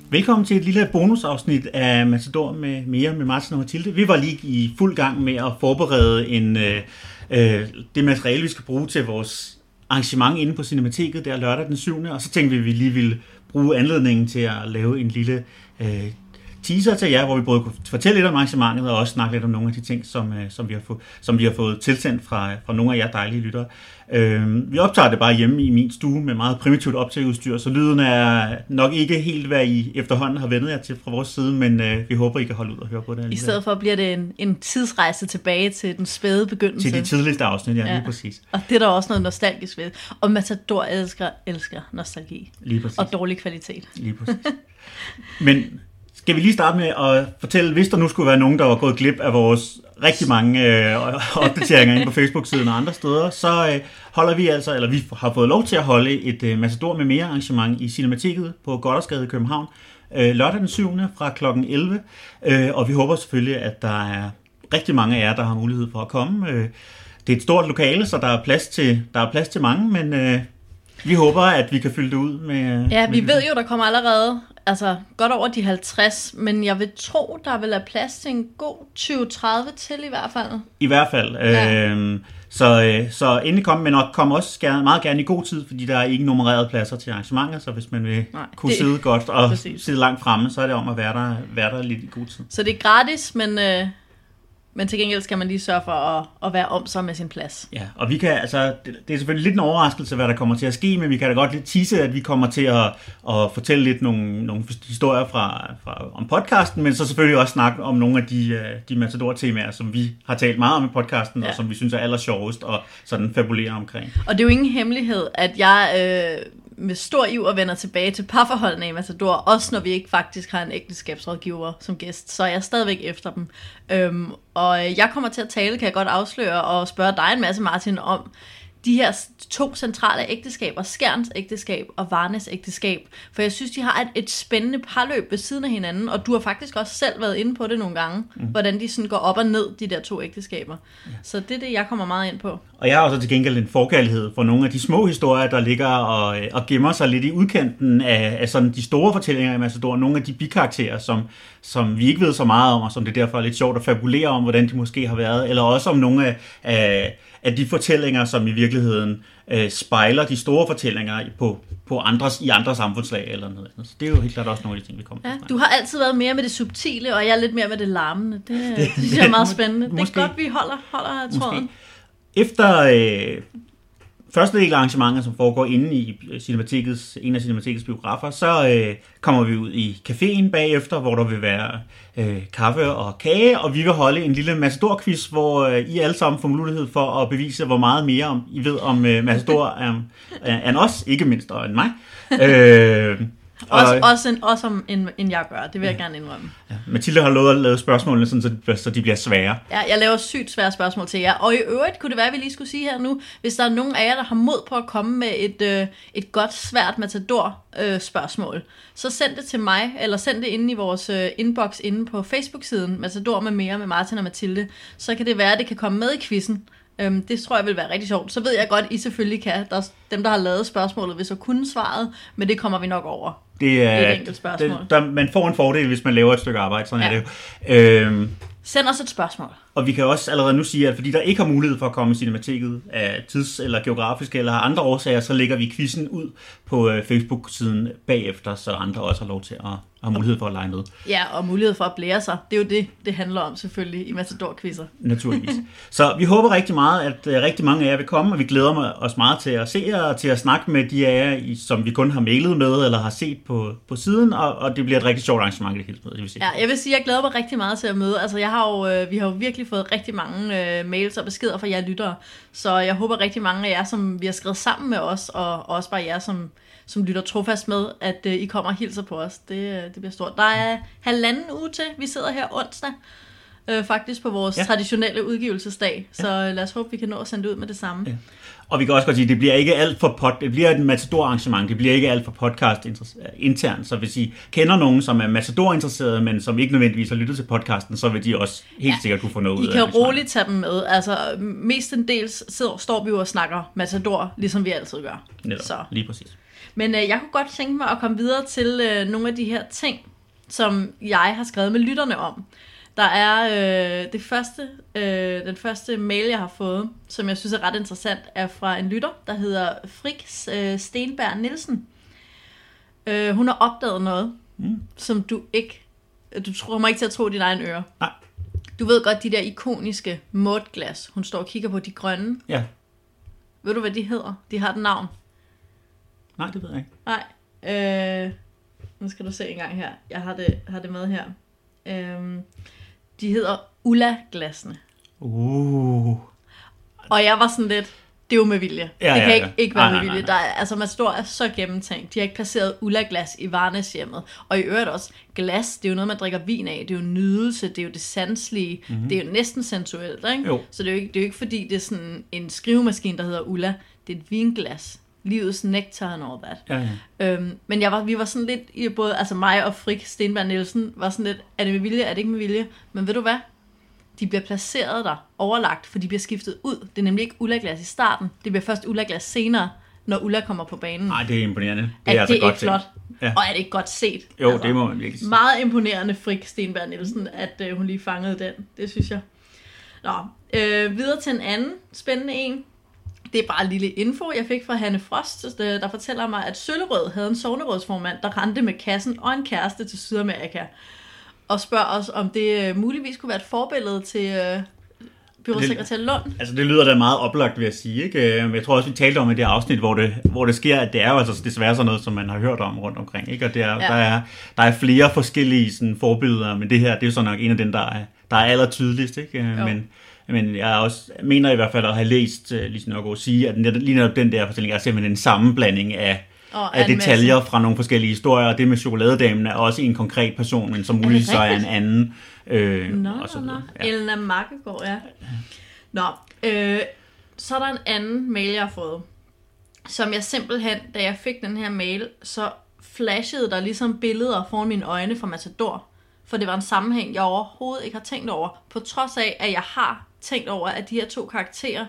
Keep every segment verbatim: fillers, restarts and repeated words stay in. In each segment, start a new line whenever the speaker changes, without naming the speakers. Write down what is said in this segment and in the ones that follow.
Velkommen til et lille bonusafsnit af Matador med mere med Martin og Mathilde. Vi var lige i fuld gang med at forberede en, øh, øh, det materiale, vi skal bruge til vores arrangement inde på Cinemateket der lørdag den syvende Og så tænkte vi, at vi lige ville bruge anledningen til at lave en lille øh, teaser til jer, hvor vi både kunne fortælle lidt om arrangementet og også snakke lidt om nogle af de ting, som, øh, som, vi, har få, som vi har fået tilsendt fra, fra nogle af jer dejlige lyttere. Øh, vi optager det bare hjemme i min stue med meget primitivt optageudstyr, så lyden er nok ikke helt, hvad I efterhånden har vendet jer til fra vores side, men øh, vi håber, I kan holde ud og høre på det.
I stedet for bliver det en, en tidsrejse tilbage til den spæde begyndelse.
Til de tidligste afsnit, ja, ja. Lige præcis.
Og det er der også noget nostalgisk ved. Og Matador elsker, elsker nostalgi.
Lige præcis.
Og dårlig kvalitet.
Lige præcis. Men skal vi lige starte med at fortælle, hvis der nu skulle være nogen, der var gået glip af vores rigtig mange øh, opdateringer inde på Facebook-siden og andre steder, så øh, holder vi altså, eller vi har fået lov til at holde et øh, Matador med mere arrangement i Cinemateket på Gothersgade i København øh, lørdag den syvende fra klokken elleve Øh, og vi håber selvfølgelig, at der er rigtig mange af jer, der har mulighed for at komme. Øh, det er et stort lokale, så der er plads til, der er plads til mange, men øh, vi håber, at vi kan fylde det ud med...
Ja,
med
vi ved jo, der kommer allerede altså godt over de halvtreds, men jeg vil tro, der vil være plads til en god tyve tredive til i hvert fald.
I hvert fald. Ja. Øh, så, så endelig kom, men kom også gerne, meget gerne i god tid, fordi der er ikke nummererede pladser til arrangementer, så hvis man vil Nej, kunne det, sidde godt og præcis. sidde langt fremme, så er det om at være der, være der lidt i god tid.
Så det er gratis, men... Øh Men til gengæld skal man lige sørge for at, at være om sig med sin plads.
Ja, og vi kan, altså, det, det er selvfølgelig lidt en overraskelse, hvad der kommer til at ske, men vi kan da godt lidt tease, at vi kommer til at, at fortælle lidt nogle, nogle historier fra, fra, om podcasten, men så selvfølgelig også snakke om nogle af de, de Matador-temaer, som vi har talt meget om i podcasten, ja. Og som vi synes er allersjovest og sådan fabulerer omkring.
Og det er jo ingen hemmelighed, at jeg... Øh med stor iver vender tilbage til parforholdene i Matador, også når vi ikke faktisk har en ægteskabsrådgiver som gæst, så er jeg stadigvæk efter dem. Øhm, og jeg kommer til at tale, kan jeg godt afsløre, og spørge dig en masse, Martin, om de her to centrale ægteskaber, Skjerns ægteskab og Varnes ægteskab, for jeg synes, de har et, et spændende parløb ved siden af hinanden, og du har faktisk også selv været inde på det nogle gange, mm. hvordan de sådan går op og ned, de der to ægteskaber. Ja. Så det er det, jeg kommer meget ind på.
Og jeg har også til gengæld en forkærlighed for nogle af de små historier, der ligger og, og gemmer sig lidt i udkanten af, af sådan de store fortællinger i Matador, nogle af de bikarakterer, som, som vi ikke ved så meget om, og som det derfor er lidt sjovt at fabulere om, hvordan de måske har været, eller også om nogle af, af af de fortællinger, som i virkeligheden øh, spejler de store fortællinger på, på andres, i andre samfundslag eller noget andet. Så det er jo helt klart også nogle af de ting, vi kommer til.
Ja, du har altid været mere med det subtile, og jeg er lidt mere med det larmende. Det, det, det synes jeg er meget spændende. Måske, det er godt, vi holder, holder tråden.
Måske. Efter øh, første del af arrangementet, som foregår inde i Cinematikets, en af Cinematikets biografer, så øh, kommer vi ud i caféen bagefter, hvor der vil være øh, kaffe og kage, og vi vil holde en lille Matador-quiz, hvor øh, I alle sammen får mulighed for at bevise, hvor meget mere om, I ved om øh, Matador øh, end os, ikke mindst og end mig. Øh,
Også, og, også, en, også om, end, end jeg gør, det vil jeg ja. gerne indrømme.
Ja. Mathilde har lovet at lave spørgsmålene, sådan, så, så de bliver svære.
Ja, jeg laver sygt svære spørgsmål til jer. Og i øvrigt kunne det være, at vi lige skulle sige her nu, hvis der er nogen af jer, der har mod på at komme med et, øh, et godt, svært Matador-spørgsmål, øh, så send det til mig, eller send det inde i vores øh, inbox inde på Facebook-siden, Matador med mere med Martin og Mathilde. Så kan det være, at det kan komme med i quizzen. Øhm, det tror jeg vil være rigtig sjovt. Så ved jeg godt, I selvfølgelig kan. Der er dem, der har lavet spørgsmålet, vil så kunne svaret, men det kommer vi nok over.
Det er
et enkelt spørgsmål.
Det, der, man får en fordel, hvis man laver et stykke arbejde, sådan ja. er det jo. Øhm,
Send os et spørgsmål.
Og vi kan også allerede nu sige, at fordi der ikke har mulighed for at komme i Cinemateket af tids- eller geografiske eller andre årsager, så lægger vi quizzen ud på øh, Facebook-siden bagefter, så andre også har lov til at have mulighed for at lege med.
Ja, og mulighed for at blære sig. Det er jo det, det handler om selvfølgelig i Matador-quizzer.
Naturligvis. Så vi håber rigtig meget, at øh, rigtig mange af jer vil komme, og vi glæder os meget til at se jer og til at snakke med de af jer, som vi kun har mailet med eller har set på, på siden, og, og det bliver et rigtig sjovt arrangement i det hele taget.
Ja, jeg vil sige, at jeg glæder mig rigtig meget til at møde. Altså, jeg har jo, øh, vi har jo virkelig fået rigtig mange øh, mails og beskeder fra jer lyttere, så jeg håber rigtig mange af jer, som vi har skrevet sammen med os, og, og også bare jer, som, som lytter trofast med, at øh, I kommer og hilser på os. Det, det bliver stort. Der er halvanden uge til. Vi sidder her onsdag, øh, faktisk på vores ja. traditionelle udgivelsesdag, så ja. lad os håbe, vi kan nå at sende det ud med det samme. Ja.
Og vi kan også godt sige, at det bliver ikke alt for pod, det bliver et Matador-arrangement, det bliver ikke alt for podcast internt, så hvis I kender nogen, som er Matador-interesserede, men som ikke nødvendigvis har lyttet til podcasten, så vil de også helt ja. sikkert kunne få noget ud af
I kan roligt tage dem med, altså mestendels sidder, står vi jo og snakker Matador, ligesom vi altid gør.
Netop,
så.
lige præcis.
Men øh, jeg kunne godt tænke mig at komme videre til øh, nogle af de her ting, som jeg har skrevet med lytterne om. Der er øh, det første, øh, den første mail, jeg har fået, som jeg synes er ret interessant, er fra en lytter, der hedder Frik øh, Stenberg Nielsen. Øh, hun har opdaget noget, mm. som du ikke, du tror mig ikke til at tro dine egne ører.
Nej.
Du ved godt, de der ikoniske måtglas, hun står og kigger på, de grønne.
Ja.
Ved du, hvad de hedder? De har et navn.
Nej, det ved jeg ikke.
Nej. Øh, nu skal du se en gang her. Jeg har det, har det med her. Øh, de hedder Ulla-glassene.
Uh.
Og jeg var sådan lidt, det er jo med vilje.
Ja,
det kan
ja,
ikke,
ja.
ikke være
Nej,
med
nej,
vilje.
nej, nej.
Der er, altså, Matador er så gennemtænkt. De har ikke placeret Ulla-glas i Varnæshjemmet. Og i øvrigt også, glas, det er jo noget, man drikker vin af. Det er jo nydelse, det er jo det sanselige. Mm-hmm. Det er jo næsten sensuelt, ikke?
Jo.
Så det er, jo ikke, det er jo ikke, fordi det er sådan en skrivemaskine, der hedder Ulla. Det er et vinglas. Livets nektar and all that.
Ja, ja.
Øhm, men jeg var, vi var sådan lidt, i både altså mig og Frik Stenberg Nielsen, var sådan lidt, er det med vilje, er det ikke med vilje? Men ved du hvad? De bliver placeret der, overlagt, for de bliver skiftet ud. Det er nemlig ikke Ulla-glas i starten. Det bliver først Ulla-glas senere, når Ulla kommer på banen.
Nej, det er imponerende. Det
er,
er, er altså
det
godt
ikke flot?
Ja.
Og er det ikke godt set?
Jo, altså, det må man virkelig sige.
Meget imponerende, Frik Stenberg Nielsen, at øh, hun lige fangede den. Det synes jeg. Nå, øh, videre til en anden spændende en. Det er bare en lille info, jeg fik fra Hanne Frost, der fortæller mig, at Søllerød havde en sognerådsformand, der rendte med kassen og en kæreste til Sydamerika. Og spørger os, om det muligvis kunne være et forbillede til øh, byrådssekretær Lund.
Altså det lyder da meget oplagt, vil jeg sige. Ikke? Jeg tror også, vi talte om i det afsnit, hvor det, hvor det sker, at det er jo altså desværre sådan noget, som man har hørt om rundt omkring. Ikke? Og det er, ja. der, er, der er flere forskellige sådan, forbilleder, men det her, det er jo så nok en af dem, der er, der er allertydeligst. Ikke? Men, men jeg også mener i hvert fald at have læst Lise Nørgaard sige, at lige netop den der fortælling er simpelthen en sammenblanding af af detaljer masse. Fra nogle forskellige historier, og det med chokoladedamen er også en konkret person, men som muligt så er en anden. Øh,
nå,
og så
nå, nå.
Ja.
Elna Makkegaard, ja. Nå, øh, så er der en anden mail, jeg har fået, som jeg simpelthen, da jeg fik den her mail, så flashede der ligesom billeder foran mine øjne fra Matador, for det var en sammenhæng, jeg overhovedet ikke har tænkt over, på trods af, at jeg har tænkt over, at de her to karakterer,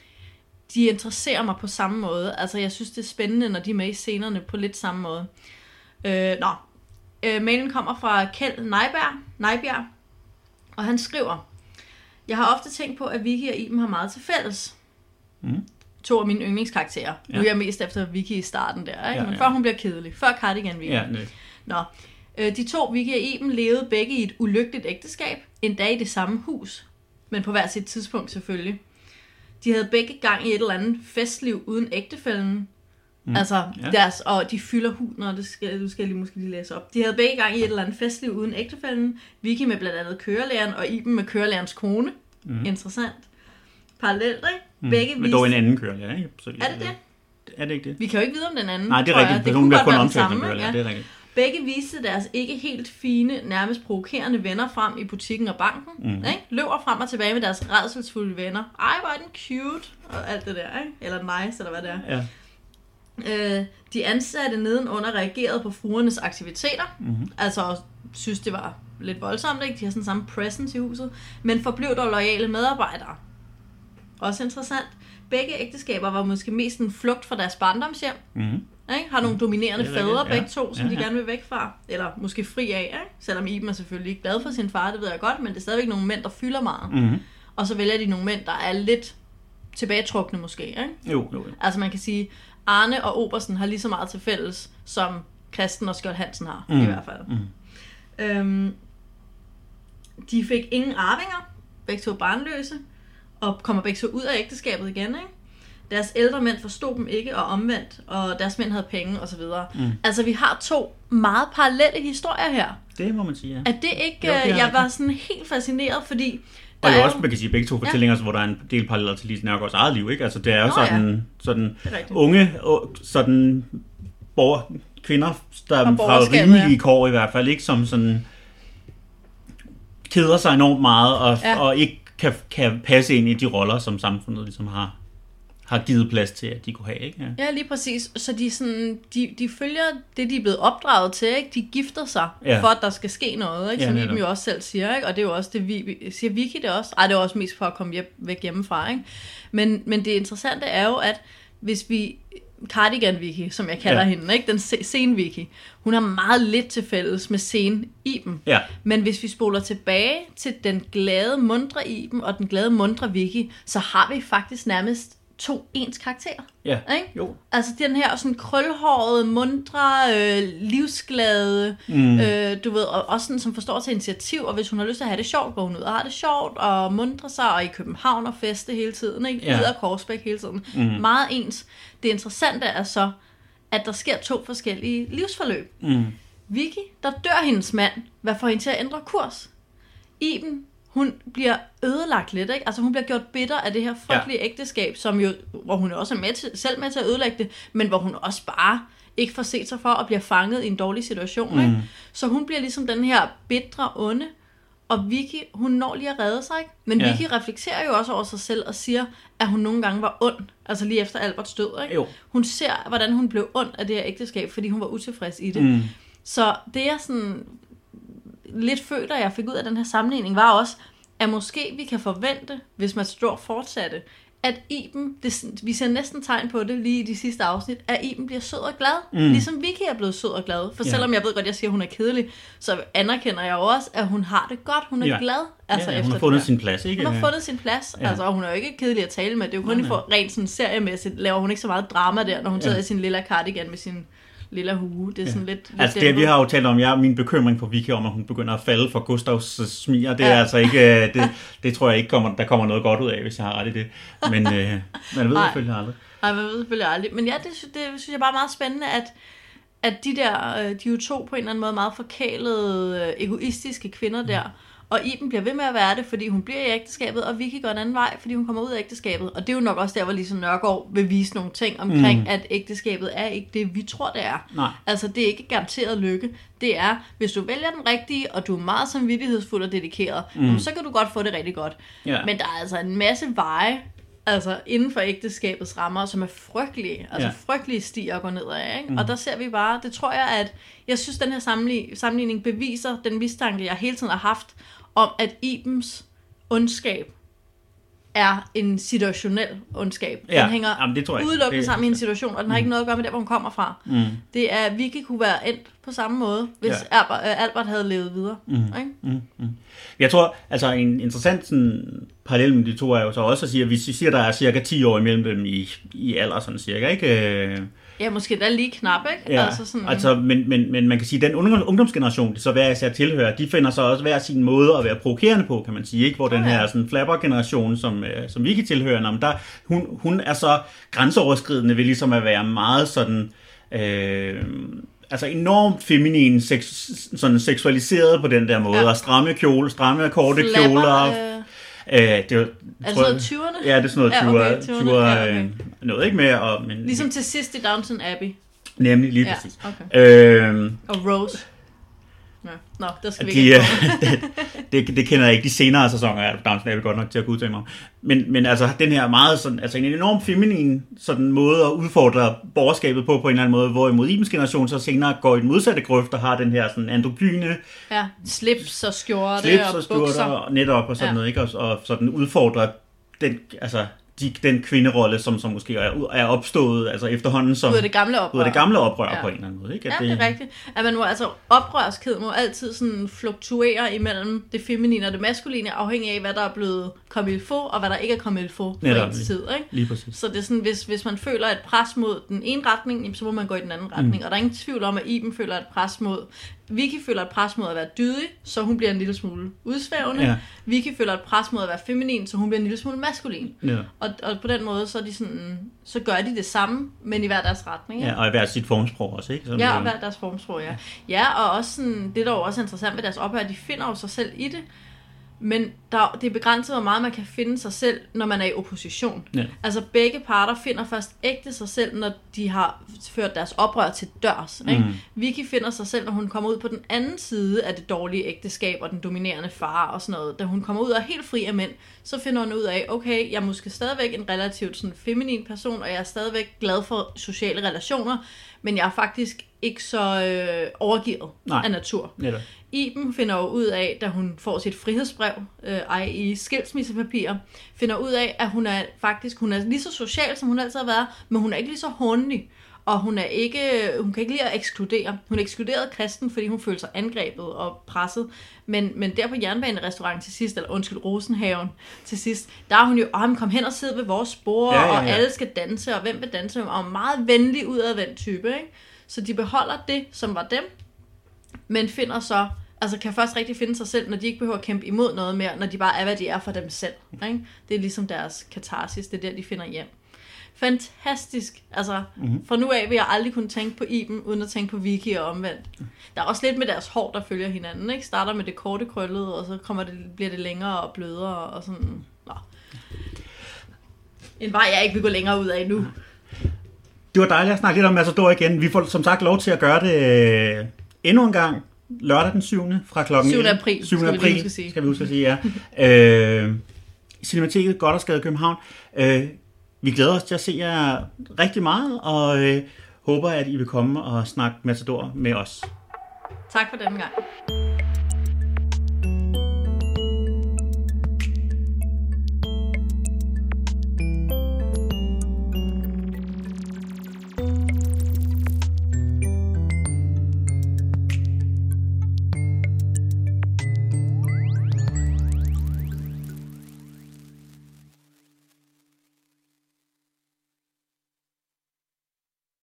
de interesserer mig på samme måde. Altså, jeg synes, det er spændende, når de er med i scenerne på lidt samme måde. Øh, nå. Øh, mailen kommer fra Kjeld Nejbjerg, Nejbjerg, og han skriver, jeg har ofte tænkt på, at Vicky og Iben har meget til fælles. Mm. To af mine yndlingskarakterer. Ja. Nu er jeg mest efter Vicky i starten der, ikke? Ja, men ja. Før hun bliver kedelig. Før Cardigan Vicky. Ja, nå. Øh, de to, Vicky og Iben, levede begge i et ulykkeligt ægteskab. Endda i det samme hus. Men på hver sit tidspunkt selvfølgelig. De havde begge gang i et eller andet festliv uden ægtefælden. Mm. Altså, ja. deres, og de fylder huner, det skal, du skal lige måske lige læse op. De havde begge gang i et eller andet festliv uden ægtefælden. Vicky med blandt andet kørelæreren, og Iben med kørelærerens kone. Mm. Interessant. Parallelt, ikke?
Mm.
Begge
Men dog en anden kørelærer, ikke? Så,
er det det?
Er det ikke det?
Vi kan jo ikke vide om den anden.
Nej, det er rigtigt.
Det
kunne
godt
kun
være den
omtalt
samme,
kørelærer,
ja.
det er rigtigt.
Begge viste deres ikke helt fine, nærmest provokerende venner frem i butikken og banken. Mm. Ikke? Løber frem og tilbage med deres rædselsfulde venner. Ej, hvor er den cute. Og alt det der, ikke? Eller nice, eller hvad det er. Ja. Øh, de ansatte nedenunder reagerede på fruernes aktiviteter. Mm-hmm. Altså synes, det var lidt voldsomt, ikke? De har sådan samme presence i huset. Men forblev dog loyale medarbejdere. Også interessant. Begge ægteskaber var måske mest en flugt fra deres barndomshjem. Mm-hmm. Ikke? Har nogle dominerende fædre begge to, som ja, ja. de gerne vil væk fra. Eller måske fri af, ikke? Selvom Iben er selvfølgelig ikke glad for sin far, det ved jeg godt, men det er stadigvæk nogle mænd, der fylder meget. Mm-hmm. Og så vælger de nogle mænd, der er lidt tilbagetrukne måske. Ikke?
Jo, jo, jo.
Altså man kan sige, Arne og Obersen har lige så meget til fælles, som Christen og Skjold Hansen har, mm. i hvert fald. Mm. Øhm, de fik ingen arvinger, begge to barnløse, og kommer begge to ud af ægteskabet igen, ikke? Deres ældre mænd forstod dem ikke, og omvendt, og deres mænd havde penge, og så videre. Mm. Altså, vi har to meget parallelle historier her.
Det må man sige, ja.
Er det ikke... Jo, det jeg var sådan helt fascineret, fordi...
Og jo også, man kan sige, begge to fortællinger, ja. hvor der er en del paralleller til Lise Nørgaards eget liv, ikke? Altså, det er jo Nå, sådan, ja. sådan unge, sådan borger, kvinder, der er fra rimelige ja. kår i hvert fald, ikke? Som sådan keder sig enormt meget, og, ja. og ikke kan, kan passe ind i de roller, som samfundet ligesom har... har givet plads til, at de kunne have, ikke?
Ja, ja lige præcis. Så de, sådan, de, de følger det, de er blevet opdraget til, ikke? De gifter sig, ja. for at der skal ske noget, ikke? Som ja, Iben jo også selv siger, ikke? Og det er jo også det, vi siger Vicky det også. Ej, det er også mest for at komme hjem, væk hjemmefra, ikke? Men, men det interessante er jo, at hvis vi, Cardigan Vicky, som jeg kalder ja. hende, ikke? Den scene Vicky, hun har meget lidt til fælles med scene Iben.
Ja.
Men hvis vi spoler tilbage til den glade, mundre Iben og den glade, mundre Vicky, så har vi faktisk nærmest to ens karakterer.
Ja,
ikke?
jo.
Altså den her sådan krølhårede, mundre, øh, livsglade, mm. øh, du ved, og også sådan, som forstår til initiativ, og hvis hun har lyst til at have det sjovt, går hun ud og har det sjovt, og mundre sig, og i København og feste hele tiden, ikke? Ja. Ud af Korsbæk hele tiden. Mm. Meget ens. Det interessante er så, at der sker to forskellige livsforløb. Mm. Vicky, der dør hendes mand, hvad får hende til at ændre kurs? Iben, hun bliver ødelagt lidt, ikke? Altså hun bliver gjort bitter af det her frygtelige ja. ægteskab, som jo, hvor hun også er med til, selv med til at ødelægge det, men hvor hun også bare ikke får set sig for at blive fanget i en dårlig situation, ikke? Mm. Så hun bliver ligesom den her bitre onde, og Vicky, hun når lige at redde sig, ikke? Men ja. Vicky reflekterer jo også over sig selv og siger, at hun nogle gange var ond, altså lige efter Alberts død, ikke? Jo. Hun ser, hvordan hun blev ond af det her ægteskab, fordi hun var utilfreds i det. Mm. Så det er sådan lidt føler, jeg fik ud af den her sammenligning, var også, at måske vi kan forvente, hvis man står fortsatte, at Iben, det, vi ser næsten tegn på det lige i de sidste afsnit, at Iben bliver sød og glad, mm. ligesom Vicky er blevet sød og glad. For ja. selvom jeg ved godt, jeg siger, at hun er kedelig, så anerkender jeg jo også, at hun har det godt, hun er ja. glad. Altså
ja, ja,
efter
hun har fundet sin plads, ikke?
Hun har fundet sin plads, ja. altså, og hun er jo ikke kedelig at tale med, det er jo kun nej, nej. for rent sådan seriemæssigt, laver hun ikke så meget drama der, når hun sidder ja. i sin lille cardigan med sin lille hue. Det er sådan ja. lidt... lidt
altså det, vi har jo talt om, jeg min bekymring for Vicky om, at hun begynder at falde for Gustavs smiger, det er ja. altså ikke, det, det tror jeg ikke, kommer, der kommer noget godt ud af, hvis jeg har ret i det. Men øh, man ved selvfølgelig aldrig.
Nej, man ved selvfølgelig aldrig. Men ja, det, det synes jeg bare er meget spændende, at, at de der, de er jo to på en eller anden måde meget forkælede, egoistiske kvinder der, og Iben bliver ved med at være det, fordi hun bliver i ægteskabet, og Vicky går en anden vej, fordi hun kommer ud af ægteskabet. Og det er jo nok også der, hvor Lise Nørgaard vil vise nogle ting omkring, mm. at ægteskabet er ikke det, vi tror, det er. Nej. Altså, det er ikke garanteret lykke. Det er, hvis du vælger den rigtige, og du er meget samvittighedsfuld og dedikeret, mm. så kan du godt få det rigtig godt. Yeah. Men der er altså en masse veje, altså inden for ægteskabets rammer, som er frygtelige, altså yeah. frygtelige stier at gå ned af, ikke? Mm. Og der ser vi bare, det tror jeg, at jeg synes, den her sammenligning beviser den mistanke, jeg hele tiden har haft, om at Ibens ondskab er en situationel ondskab. Den
ja,
hænger
jamen, det tror jeg
udelukkende
det,
sammen i en situation, og den har mm. ikke noget at gøre med der, hvor hun kommer fra. Mm. Det er, Vicky kunne være endt på samme måde, hvis ja. Albert, Albert havde levet videre. Mm. Ikke?
Mm. Mm. Jeg tror, altså en interessant sådan, parallel med de to er jo så også at sige, at vi siger, at der er cirka ti år imellem dem i, i alder, sådan cirka, ikke?
Ja, måske da lige knap, ikke?
Ja, altså, sådan... altså men, men, men man kan sige, at den ungdomsgeneration, det så hver især tilhører, de finder så også hver sin måde at være provokerende på, kan man sige, ikke? Hvor den her sådan flapper-generation, som, som Vicky tilhører, om der, hun, hun er så grænseoverskridende ved ligesom at være meget sådan... Øh, altså enormt feminin, sex, sådan seksualiseret på den der måde, ja. Og stramme kjole, stramme korte kjoler. Øh... Øh, det er,
er det sådan noget tyverne?
Ja, det er sådan noget tyverne. Ja, okay, ja, okay. Noget ikke mere. Og, men,
ligesom til sidst i Downton Abbey.
Nemlig, lige
ja,
præcis.
Okay. Øhm, og Rose. Ja. Nå, der skal vi
de,
ikke
det, det, det kender jeg ikke. De senere sæsoner af Downton Abbey godt nok til at kunne udtale mig om. Men, men altså, den her meget sådan, altså en enorm feminin sådan måde at udfordre borgerskabet på, på en eller anden måde, hvorimod Ibens generation så senere går i den modsatte grøft, der har den her sådan androgyne...
Ja, slips og skjorte
slips
og,
og skjorte
bukser.
Og netop og sådan ja. noget, ikke? Og, og sådan udfordrer den, altså... De, den kvinderolle, som, som måske er, er opstået altså efterhånden som...
Ud af det gamle oprør.
Ud af det gamle oprør
ja.
på en eller anden måde. Ikke?
At ja, det er rigtigt. At man må, altså, oprørskhed må altid sådan fluktuere imellem det feminine og det maskuline, afhængig af, hvad der er blevet comme il faut, og hvad der ikke er comme il faut på ens tid. Ikke?
Lige præcis.
Så det er sådan, hvis, hvis man føler et pres mod den ene retning, så må man gå i den anden retning. Mm. Og der er ingen tvivl om, at Iben føler et pres mod... Vicky føler et pres mod at være dydig, så hun bliver en lille smule udsvævende. Ja. Vicky føler et pres mod at være feminin, så hun bliver en lille smule maskulin. Ja. Og, og på den måde, så, er de sådan, så gør de det samme, men i hver deres retning. Ja,
ja og i hver sit formsprog også, ikke? Sådan
ja, og hver deres formsprog, ja. Ja, og også sådan, det der er jo også interessant ved deres ophør, de finder jo sig selv i det. Men der, det er begrænset, hvor meget man kan finde sig selv, når man er i opposition. Ja. Altså begge parter finder først ægte sig selv, når de har ført deres oprør til dørs. Ikke? Mm. Vicky finder sig selv, når hun kommer ud på den anden side af det dårlige ægteskab og den dominerende far og sådan noget. Da hun kommer ud og er helt fri af mænd, så finder hun ud af, okay, jeg er måske stadigvæk en relativt sådan feminin person, og jeg er stadigvæk glad for sociale relationer, men jeg er faktisk ikke så øh, overgivet Nej. af natur. Netop. Iben finder jo ud af, da hun får sit frihedsbrev, øh, ej i skilsmissepapirer, finder ud af, at hun er faktisk hun er lige så social, som hun altid har været, men hun er ikke lige så håndelig. Og hun er ikke, hun kan ikke lide at ekskludere. Hun ekskluderede kristen, fordi hun følte sig angrebet og presset. Men, men der på jernbanerestauranten til sidst, eller undskyld, Rosenhaven til sidst, der er hun jo, åh, kom hen og sidde ved vores bord, ja, ja, ja. Og alle skal danse, og hvem vil danse, og meget venlig udadvendt type, ikke? Så de beholder det, som var dem, men finder så, altså kan først rigtig finde sig selv, når de ikke behøver at kæmpe imod noget mere, når de bare er, hvad de er for dem selv, ikke? Det er ligesom deres katarsis, det er der, de finder hjem. Fantastisk. Altså, mm-hmm. fra nu af vil jeg aldrig kunne tænke på Iben, uden at tænke på Vicky og omvendt. Der er også lidt med deres hår, der følger hinanden, ikke? Starter med det korte krøllede, og så kommer det, bliver det længere og blødere, og sådan, nå. En vej, jeg ikke vil gå længere ud af nu.
Det var dejligt at snakke lidt om Matador igen. Vi får som sagt lov til at gøre det endnu en gang, lørdag den syvende fra klokken
syvende april,
syvende
skal
april,
vi huske at sige.
Skal vi huske at sige, ja. øh, Cinemateket Gothersgade København. Øh, Vi glæder os til at se jer rigtig meget, og øh, håber, at I vil komme og snakke Matador med os.
Tak for denne gang.